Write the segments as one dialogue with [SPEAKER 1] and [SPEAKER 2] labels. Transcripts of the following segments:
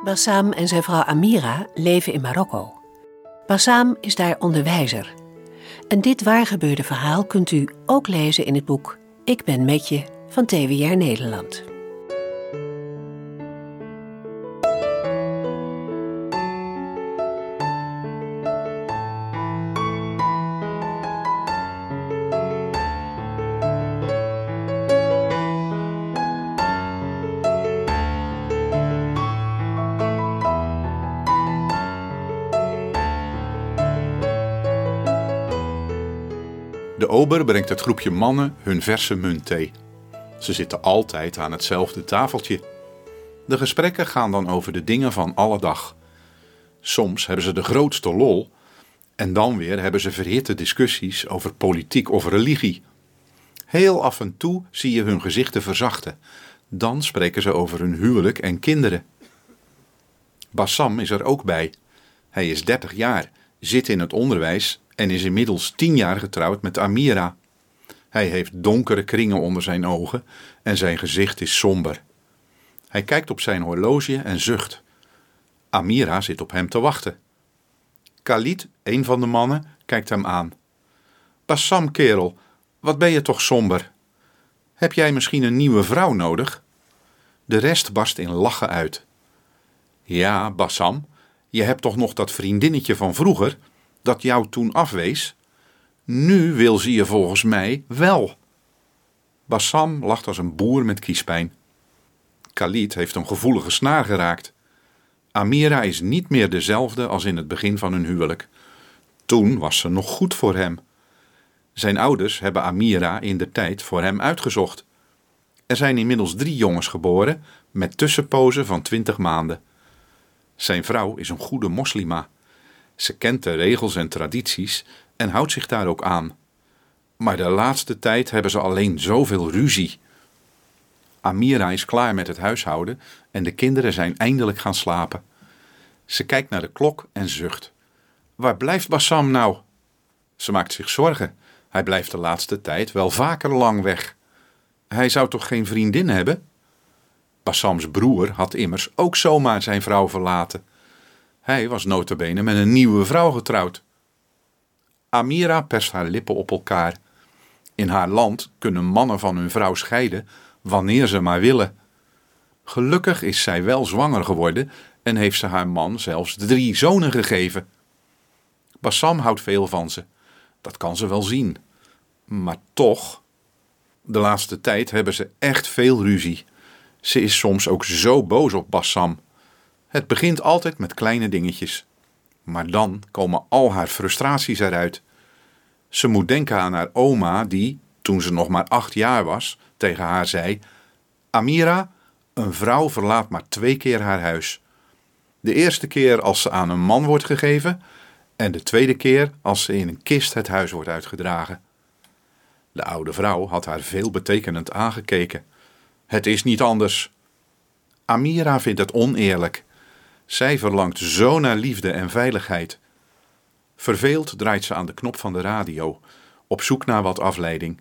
[SPEAKER 1] Bassam en zijn vrouw Amira leven in Marokko. Bassam is daar onderwijzer. En dit waargebeurde verhaal kunt u ook lezen in het boek Ik ben met je van TWR Nederland.
[SPEAKER 2] De ober brengt het groepje mannen hun verse muntthee. Ze zitten altijd aan hetzelfde tafeltje. De gesprekken gaan dan over de dingen van alle dag. Soms hebben ze de grootste lol en dan weer hebben ze verhitte discussies over politiek of religie. Heel af en toe zie je hun gezichten verzachten. Dan spreken ze over hun huwelijk en kinderen. Bassam is er ook bij. Hij is 30 jaar, zit in het onderwijs en is inmiddels 10 jaar getrouwd met Amira. Hij heeft donkere kringen onder zijn ogen en zijn gezicht is somber. Hij kijkt op zijn horloge en zucht. Amira zit op hem te wachten. Khalid, een van de mannen, kijkt hem aan. Bassam, kerel, wat ben je toch somber? Heb jij misschien een nieuwe vrouw nodig? De rest barst in lachen uit. Ja, Bassam, je hebt toch nog dat vriendinnetje van vroeger dat jou toen afwees? Nu wil ze je volgens mij wel. Bassam lacht als een boer met kiespijn. Khalid heeft een gevoelige snaar geraakt. Amira is niet meer dezelfde als in het begin van hun huwelijk. Toen was ze nog goed voor hem. Zijn ouders hebben Amira indertijd voor hem uitgezocht. Er zijn inmiddels 3 jongens geboren met tussenpozen van 20 maanden. Zijn vrouw is een goede moslima. Ze kent de regels en tradities en houdt zich daar ook aan. Maar de laatste tijd hebben ze alleen zoveel ruzie. Amira is klaar met het huishouden en de kinderen zijn eindelijk gaan slapen. Ze kijkt naar de klok en zucht. Waar blijft Bassam nou? Ze maakt zich zorgen. Hij blijft de laatste tijd wel vaker lang weg. Hij zou toch geen vriendin hebben? Bassams broer had immers ook zomaar zijn vrouw verlaten. Hij was nota bene met een nieuwe vrouw getrouwd. Amira perst haar lippen op elkaar. In haar land kunnen mannen van hun vrouw scheiden wanneer ze maar willen. Gelukkig is zij wel zwanger geworden en heeft ze haar man zelfs 3 zonen gegeven. Bassam houdt veel van ze. Dat kan ze wel zien. Maar toch, de laatste tijd hebben ze echt veel ruzie. Ze is soms ook zo boos op Bassam. Het begint altijd met kleine dingetjes. Maar dan komen al haar frustraties eruit. Ze moet denken aan haar oma die, toen ze nog maar 8 jaar was, tegen haar zei: Amira, een vrouw verlaat maar 2 keer haar huis. De eerste keer als ze aan een man wordt gegeven en de tweede keer als ze in een kist het huis wordt uitgedragen. De oude vrouw had haar veelbetekenend aangekeken. Het is niet anders. Amira vindt het oneerlijk. Zij verlangt zo naar liefde en veiligheid. Verveeld draait ze aan de knop van de radio, op zoek naar wat afleiding.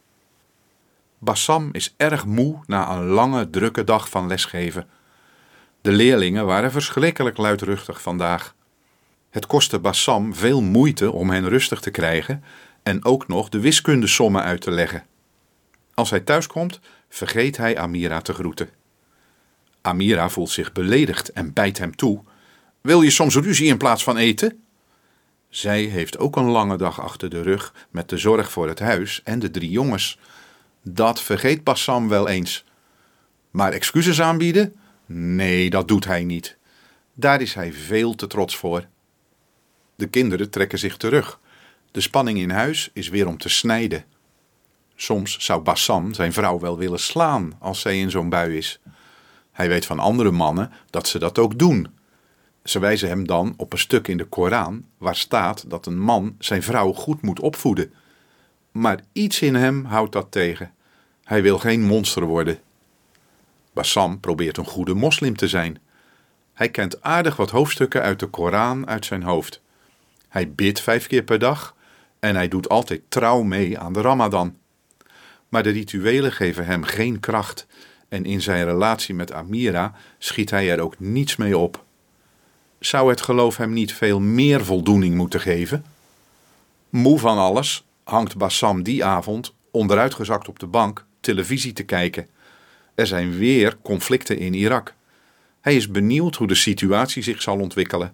[SPEAKER 2] Bassam is erg moe na een lange, drukke dag van lesgeven. De leerlingen waren verschrikkelijk luidruchtig vandaag. Het kostte Bassam veel moeite om hen rustig te krijgen en ook nog de wiskundesommen uit te leggen. Als hij thuiskomt, vergeet hij Amira te groeten. Amira voelt zich beledigd en bijt hem toe. Wil je soms ruzie in plaats van eten? Zij heeft ook een lange dag achter de rug met de zorg voor het huis en de 3 jongens. Dat vergeet Bassam wel eens. Maar excuses aanbieden? Nee, dat doet hij niet. Daar is hij veel te trots voor. De kinderen trekken zich terug. De spanning in huis is weer om te snijden. Soms zou Bassam zijn vrouw wel willen slaan als zij in zo'n bui is. Hij weet van andere mannen dat ze dat ook doen. Ze wijzen hem dan op een stuk in de Koran waar staat dat een man zijn vrouw goed moet opvoeden. Maar iets in hem houdt dat tegen. Hij wil geen monster worden. Bassam probeert een goede moslim te zijn. Hij kent aardig wat hoofdstukken uit de Koran uit zijn hoofd. Hij bidt 5 keer per dag en hij doet altijd trouw mee aan de Ramadan. Maar de rituelen geven hem geen kracht en in zijn relatie met Amira schiet hij er ook niets mee op. Zou het geloof hem niet veel meer voldoening moeten geven? Moe van alles hangt Bassam die avond onderuitgezakt op de bank televisie te kijken. Er zijn weer conflicten in Irak. Hij is benieuwd hoe de situatie zich zal ontwikkelen.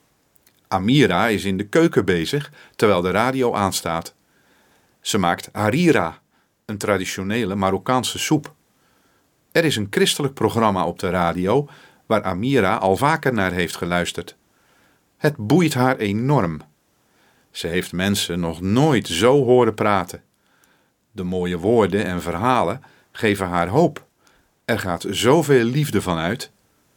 [SPEAKER 2] Amira is in de keuken bezig terwijl de radio aanstaat. Ze maakt harira, een traditionele Marokkaanse soep. Er is een christelijk programma op de radio waar Amira al vaker naar heeft geluisterd. Het boeit haar enorm. Ze heeft mensen nog nooit zo horen praten. De mooie woorden en verhalen geven haar hoop. Er gaat zoveel liefde van uit.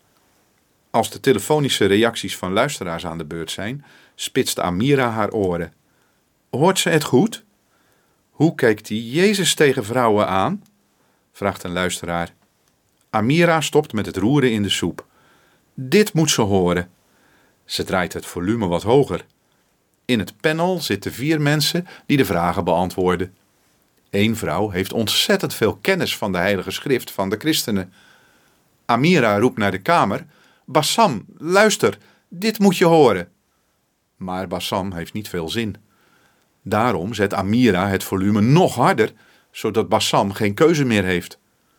[SPEAKER 2] Als de telefonische reacties van luisteraars aan de beurt zijn, spitst Amira haar oren. Hoort ze het goed? Hoe kijkt die Jezus tegen vrouwen aan? Vraagt een luisteraar. Amira stopt met het roeren in de soep. Dit moet ze horen. Ze draait het volume wat hoger. In het panel zitten 4 mensen die de vragen beantwoorden. 1 vrouw heeft ontzettend veel kennis van de Heilige Schrift van de christenen. Amira roept naar de kamer: Bassam, luister, dit moet je horen. Maar Bassam heeft niet veel zin. Daarom zet Amira het volume nog harder, zodat Bassam geen keuze meer heeft.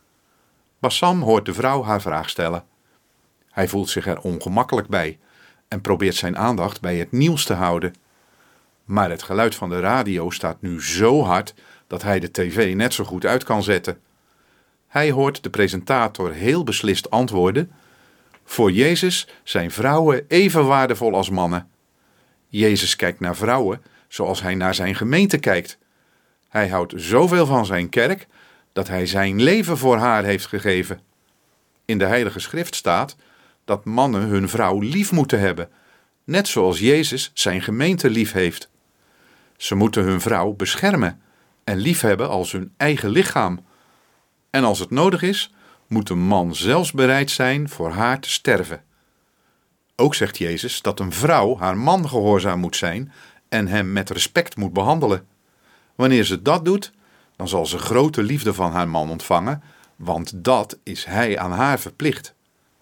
[SPEAKER 2] Bassam hoort de vrouw haar vraag stellen. Hij voelt zich er ongemakkelijk bij en probeert zijn aandacht bij het nieuws te houden. Maar het geluid van de radio staat nu zo hard dat hij de tv net zo goed uit kan zetten. Hij hoort de presentator heel beslist antwoorden: voor Jezus zijn vrouwen even waardevol als mannen. Jezus kijkt naar vrouwen zoals hij naar zijn gemeente kijkt. Hij houdt zoveel van zijn kerk dat hij zijn leven voor haar heeft gegeven. In de Heilige Schrift staat dat mannen hun vrouw lief moeten hebben, net zoals Jezus zijn gemeente lief heeft. Ze moeten hun vrouw beschermen en liefhebben als hun eigen lichaam. En als het nodig is, moet een man zelfs bereid zijn voor haar te sterven. Ook zegt Jezus dat een vrouw haar man gehoorzaam moet zijn en hem met respect moet behandelen. Wanneer ze dat doet, dan zal ze grote liefde van haar man ontvangen, want dat is hij aan haar verplicht.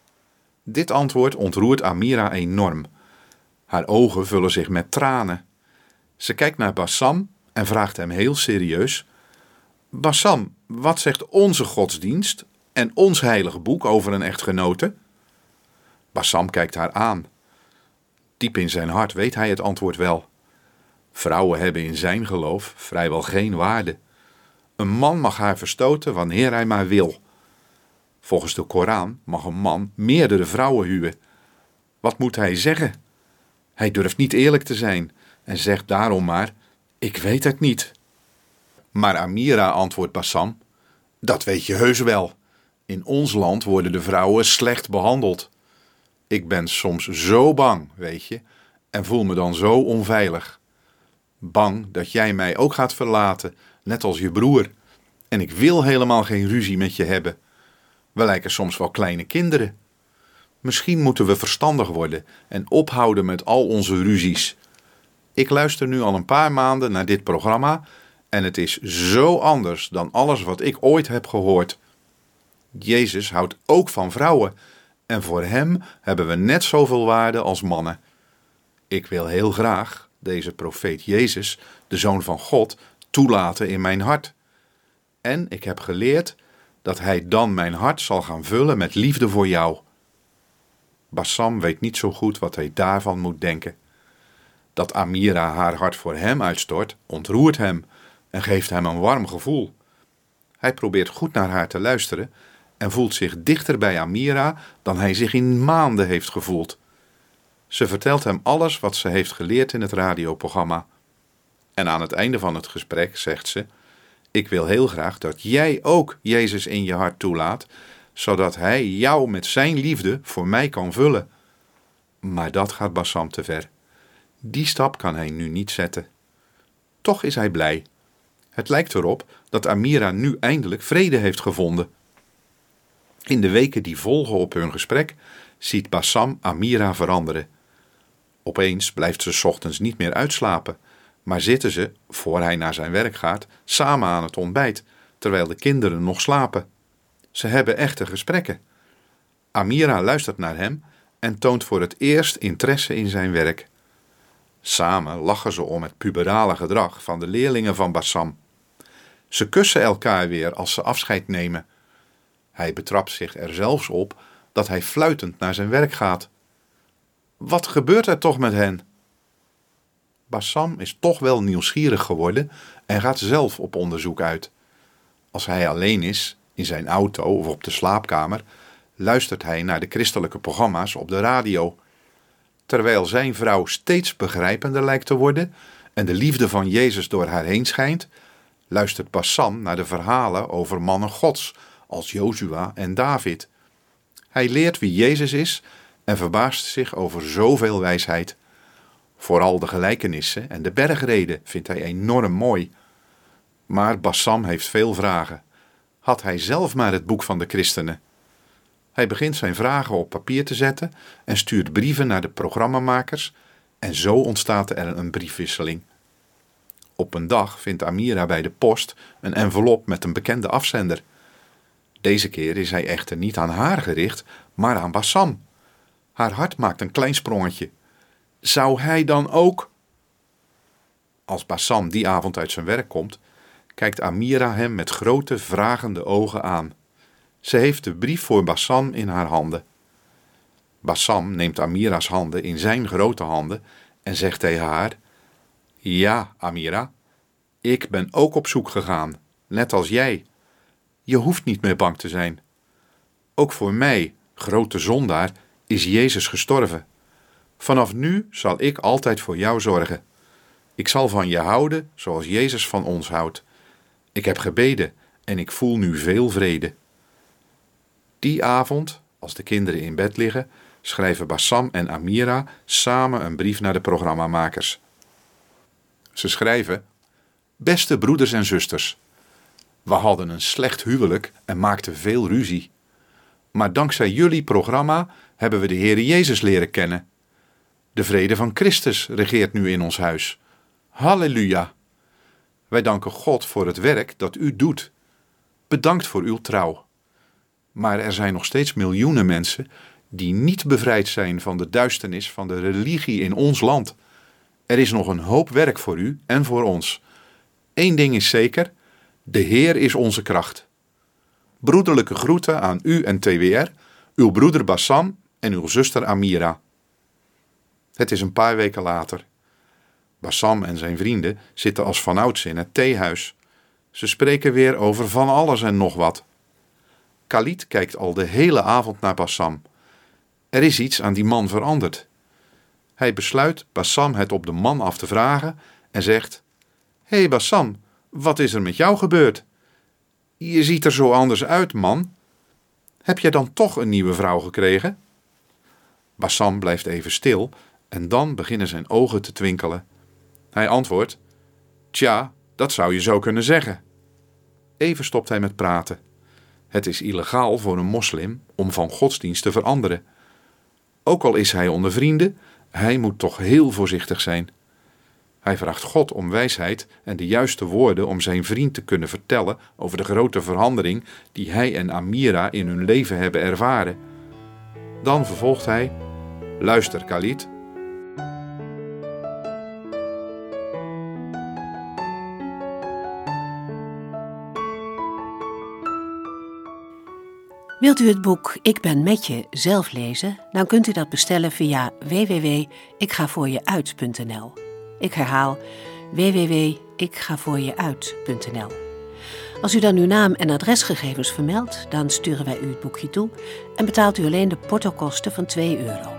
[SPEAKER 2] Dit antwoord ontroert Amira enorm. Haar ogen vullen zich met tranen. Ze kijkt naar Bassam en vraagt hem heel serieus: Bassam, wat zegt onze godsdienst en ons heilige boek over een echtgenote? Bassam kijkt haar aan. Diep in zijn hart weet hij het antwoord wel. Vrouwen hebben in zijn geloof vrijwel geen waarde. Een man mag haar verstoten wanneer hij maar wil. Volgens de Koran mag een man meerdere vrouwen huwen. Wat moet hij zeggen? Hij durft niet eerlijk te zijn en zegt daarom maar: ik weet het niet. Maar Amira antwoordt Bassam: dat weet je heus wel. In ons land worden de vrouwen slecht behandeld. Ik ben soms zo bang, weet je, en voel me dan zo onveilig. Bang dat jij mij ook gaat verlaten, net als je broer. En ik wil helemaal geen ruzie met je hebben. We lijken soms wel kleine kinderen. Misschien moeten we verstandig worden en ophouden met al onze ruzies. Ik luister nu al een paar maanden naar dit programma en het is zo anders dan alles wat ik ooit heb gehoord. Jezus houdt ook van vrouwen en voor hem hebben we net zoveel waarde als mannen. Ik wil heel graag deze profeet Jezus, de Zoon van God, toelaten in mijn hart. En ik heb geleerd dat hij dan mijn hart zal gaan vullen met liefde voor jou. Bassam weet niet zo goed wat hij daarvan moet denken. Dat Amira haar hart voor hem uitstort, ontroert hem en geeft hem een warm gevoel. Hij probeert goed naar haar te luisteren en voelt zich dichter bij Amira dan hij zich in maanden heeft gevoeld. Ze vertelt hem alles wat ze heeft geleerd in het radioprogramma. En aan het einde van het gesprek zegt ze: ik wil heel graag dat jij ook Jezus in je hart toelaat, zodat hij jou met zijn liefde voor mij kan vullen. Maar dat gaat Bassam te ver. Die stap kan hij nu niet zetten. Toch is hij blij. Het lijkt erop dat Amira nu eindelijk vrede heeft gevonden. In de weken die volgen op hun gesprek ziet Bassam Amira veranderen. Opeens blijft ze 's ochtends niet meer uitslapen, maar zitten ze, voor hij naar zijn werk gaat, samen aan het ontbijt, terwijl de kinderen nog slapen. Ze hebben echte gesprekken. Amira luistert naar hem en toont voor het eerst interesse in zijn werk. Samen lachen ze om het puberale gedrag van de leerlingen van Bassam. Ze kussen elkaar weer als ze afscheid nemen. Hij betrapt zich er zelfs op dat hij fluitend naar zijn werk gaat. Wat gebeurt er toch met hen? Bassam is toch wel nieuwsgierig geworden en gaat zelf op onderzoek uit. Als hij alleen is, in zijn auto of op de slaapkamer, luistert hij naar de christelijke programma's op de radio. Terwijl zijn vrouw steeds begrijpender lijkt te worden en de liefde van Jezus door haar heen schijnt, luistert Bassam naar de verhalen over mannen Gods als Jozua en David. Hij leert wie Jezus is en verbaast zich over zoveel wijsheid. Vooral de gelijkenissen en de bergreden vindt hij enorm mooi. Maar Bassam heeft veel vragen. Had hij zelf maar het boek van de christenen. Hij begint zijn vragen op papier te zetten en stuurt brieven naar de programmamakers en zo ontstaat er een briefwisseling. Op een dag vindt Amira bij de post een envelop met een bekende afzender. Deze keer is hij echter niet aan haar gericht, maar aan Bassam. Haar hart maakt een klein sprongetje. Zou hij dan ook? Als Bassam die avond uit zijn werk komt, kijkt Amira hem met grote vragende ogen aan. Ze heeft de brief voor Bassam in haar handen. Bassam neemt Amira's handen in zijn grote handen en zegt tegen haar: Ja, Amira, ik ben ook op zoek gegaan, net als jij. Je hoeft niet meer bang te zijn. Ook voor mij, grote zondaar, is Jezus gestorven. Vanaf nu zal ik altijd voor jou zorgen. Ik zal van je houden zoals Jezus van ons houdt. Ik heb gebeden en ik voel nu veel vrede. Die avond, als de kinderen in bed liggen, schrijven Bassam en Amira samen een brief naar de programmamakers. Ze schrijven: Beste broeders en zusters, we hadden een slecht huwelijk en maakten veel ruzie. Maar dankzij jullie programma hebben we de Heere Jezus leren kennen. De vrede van Christus regeert nu in ons huis. Halleluja! Wij danken God voor het werk dat u doet. Bedankt voor uw trouw. Maar er zijn nog steeds miljoenen mensen die niet bevrijd zijn van de duisternis van de religie in ons land. Er is nog een hoop werk voor u en voor ons. Eén ding is zeker, de Heer is onze kracht. Broederlijke groeten aan u en TWR, uw broeder Bassam en uw zuster Amira. Het is een paar weken later. Bassam en zijn vrienden zitten als vanouds in het theehuis. Ze spreken weer over van alles en nog wat. Khalid kijkt al de hele avond naar Bassam. Er is iets aan die man veranderd. Hij besluit Bassam het op de man af te vragen en zegt: Hé Bassam, wat is er met jou gebeurd? Je ziet er zo anders uit, man. Heb jij dan toch een nieuwe vrouw gekregen? Bassam blijft even stil en dan beginnen zijn ogen te twinkelen. Hij antwoordt: Tja, dat zou je zo kunnen zeggen. Even stopt hij met praten. Het is illegaal voor een moslim om van godsdienst te veranderen. Ook al is hij onder vrienden, hij moet toch heel voorzichtig zijn. Hij vraagt God om wijsheid en de juiste woorden om zijn vriend te kunnen vertellen over de grote verandering die hij en Amira in hun leven hebben ervaren. Dan vervolgt hij: Luister, Khalid.
[SPEAKER 1] Wilt u het boek Ik ben met je zelf lezen? Dan kunt u dat bestellen via www.ikgavoorjeuit.nl. Ik herhaal www.ikgavoorjeuit.nl. Als u dan uw naam en adresgegevens vermeldt, dan sturen wij u het boekje toe en betaalt u alleen de portokosten van €2.